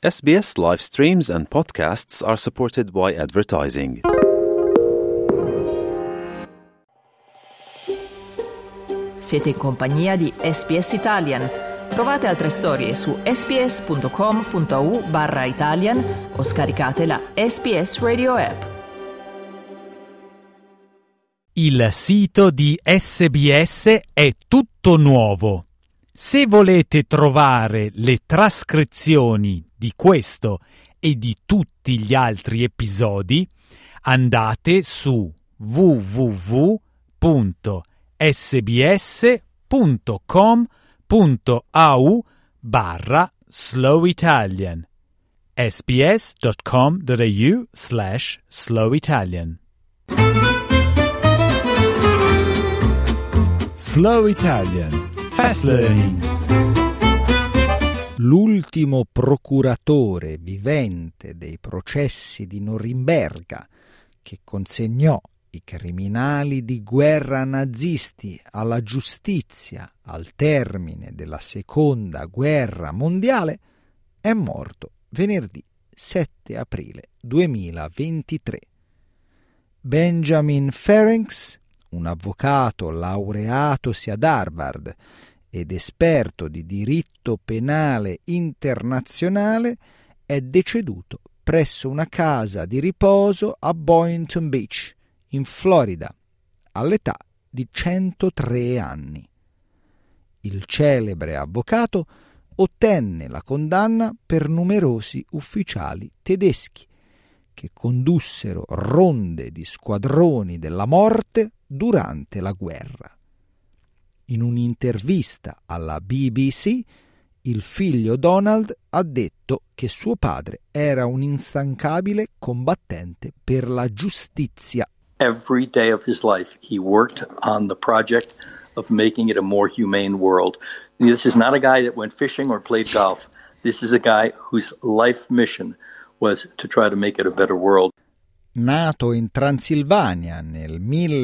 SBS live streams and podcasts are supported by advertising. Siete in compagnia di SBS Italian. Trovate altre storie su sbs.com.au/Italian o scaricate la SBS Radio app. Il sito di SBS è tutto nuovo. Se volete trovare le trascrizioni di questo e di tutti gli altri episodi, andate su www.sbs.com.au/slowitalian sbs.com.au/slowitalian. Slow Italian. Fast Learning. L'ultimo procuratore vivente dei processi di Norimberga, che consegnò i criminali di guerra nazisti alla giustizia al termine della Seconda Guerra Mondiale, è morto venerdì 7 aprile 2023. Benjamin Ferencz, un avvocato laureatosi ad Harvard ed esperto di diritto penale internazionale, è deceduto presso una casa di riposo a Boynton Beach, in Florida, all'età di 103 anni. Il celebre avvocato ottenne la condanna per numerosi ufficiali tedeschi che condussero ronde di squadroni della morte durante la guerra. In un'intervista alla BBC, il figlio Donald ha detto che suo padre era un instancabile combattente per la giustizia. Every day of his life, he worked on the project of making it a more humane world. This is not a guy that went fishing or played golf. This is a guy whose life mission was to try to make it a better world. Nato in Transilvania nel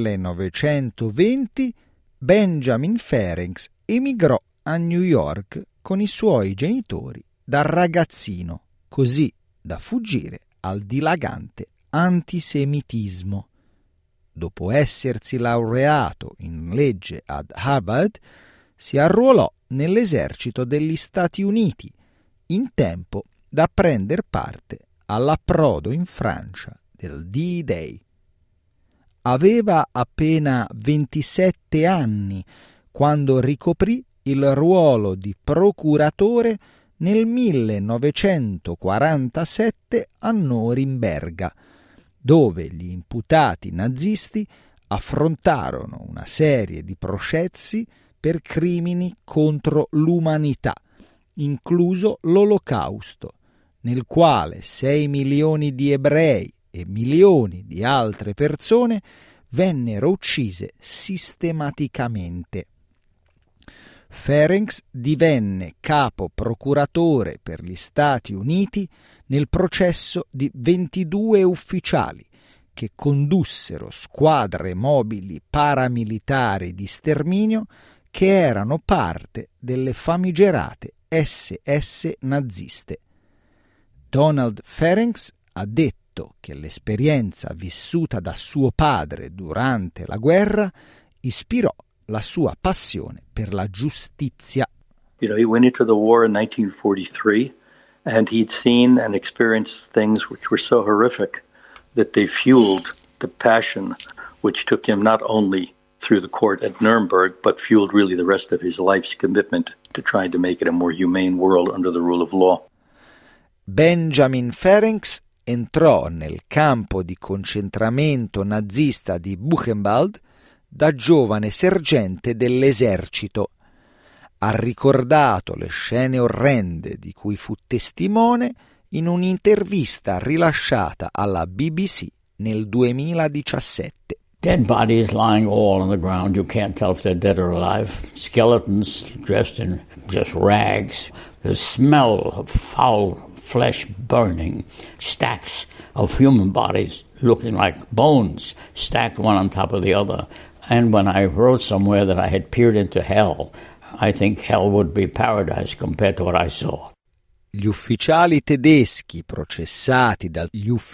1920, Benjamin Ferencz emigrò a New York con i suoi genitori da ragazzino, così da fuggire al dilagante antisemitismo. Dopo essersi laureato in legge ad Harvard, si arruolò nell'esercito degli Stati Uniti, in tempo da prender parte all'approdo in Francia del D-Day. Aveva appena 27 anni quando ricoprì il ruolo di procuratore nel 1947 a Norimberga, dove gli imputati nazisti affrontarono una serie di processi per crimini contro l'umanità, incluso l'Olocausto, nel quale 6 milioni di ebrei e milioni di altre persone vennero uccise sistematicamente. Ferencz divenne capo procuratore per gli Stati Uniti nel processo di 22 ufficiali che condussero squadre mobili paramilitari di sterminio che erano parte delle famigerate SS naziste. Donald Ferencz ha detto che l'esperienza vissuta da suo padre durante la guerra ispirò la sua passione per la giustizia. He went into the war in 1943 and he'd seen and experienced things which were so horrific that they fueled the passion which took him not only through the court at Nuremberg but fueled really the rest of his life's commitment to trying to make it a more humane world under the rule of law. Benjamin Ferencz entrò nel campo di concentramento nazista di Buchenwald da giovane sergente dell'esercito. Ha ricordato le scene orrende di cui fu testimone in un'intervista rilasciata alla BBC nel 2017. Dead bodies lying all on the ground. You can't tell if they're dead or alive. Skeletons dressed in just rags. The smell of foul flesh burning. Stacks of human bodies looking like bones stacked one on top of the other. And when I wrote somewhere that I had peered into hell, I think hell would be paradise compared to what I saw. Gli ufficiali tedeschi processati da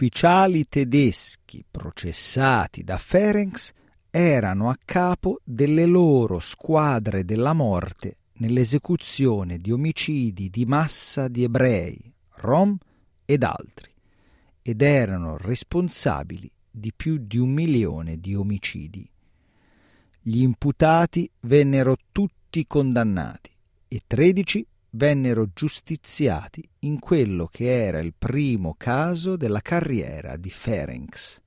Ferenc erano a capo delle loro squadre della morte nell'esecuzione di omicidi di massa di ebrei, rom ed altri, ed erano responsabili di più di 1 milione di omicidi. Gli imputati vennero tutti condannati e 13 vennero giustiziati in quello che era il primo caso della carriera di Ferenc.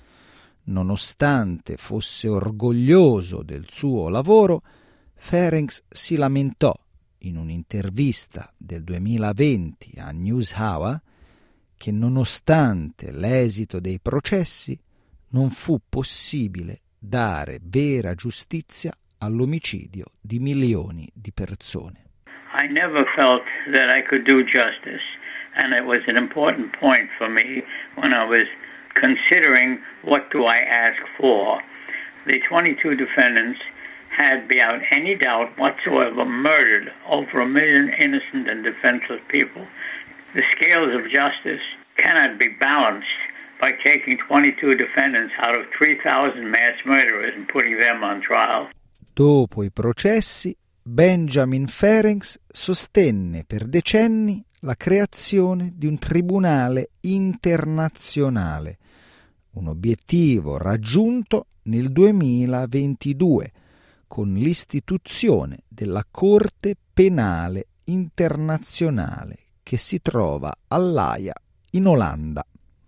Nonostante fosse orgoglioso del suo lavoro, Ferenc si lamentò in un'intervista del 2020 a NewsHour che nonostante l'esito dei processi non fu possibile dare vera giustizia all'omicidio di milioni di persone. I never felt that I could do justice, and it was an important point for me when I was considering what do I ask for. The 22 defendants had, beyond any doubt whatsoever, murdered over 1 million innocent and defenseless people. The scales of justice cannot be balanced by taking 22 defendants out of 3,000 mass murderers and putting them on trial. Dopo i processi, Benjamin Ferenc sostenne per decenni la creazione di un tribunale internazionale, un obiettivo raggiunto nel 2022 con l'istituzione della Corte Penale Internazionale che si trova all'Aia in Olanda.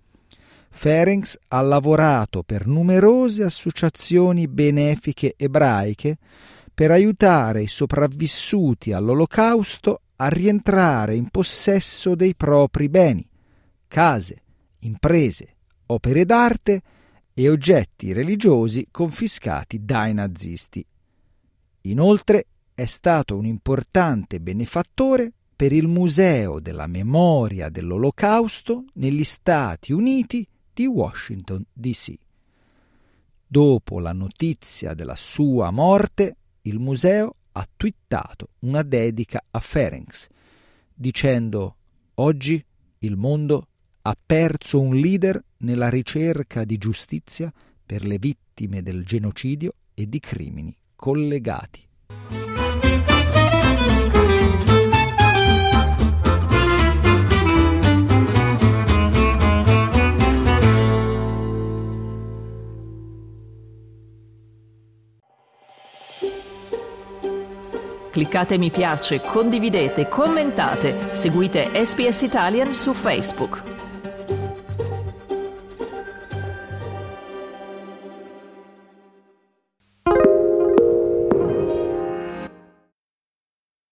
Ferenc ha lavorato per numerose associazioni benefiche ebraiche per aiutare i sopravvissuti all'Olocausto a rientrare in possesso dei propri beni, case, imprese, opere d'arte e oggetti religiosi confiscati dai nazisti. Inoltre è stato un importante benefattore per il Museo della Memoria dell'Olocausto negli Stati Uniti di Washington, D.C. Dopo la notizia della sua morte, il museo ha twittato una dedica a Ferenc, dicendo: «Oggi il mondo ha perso un leader nella ricerca di giustizia per le vittime del genocidio e di crimini collegati». Cliccate mi piace, condividete, commentate, seguite SPS Italian su Facebook.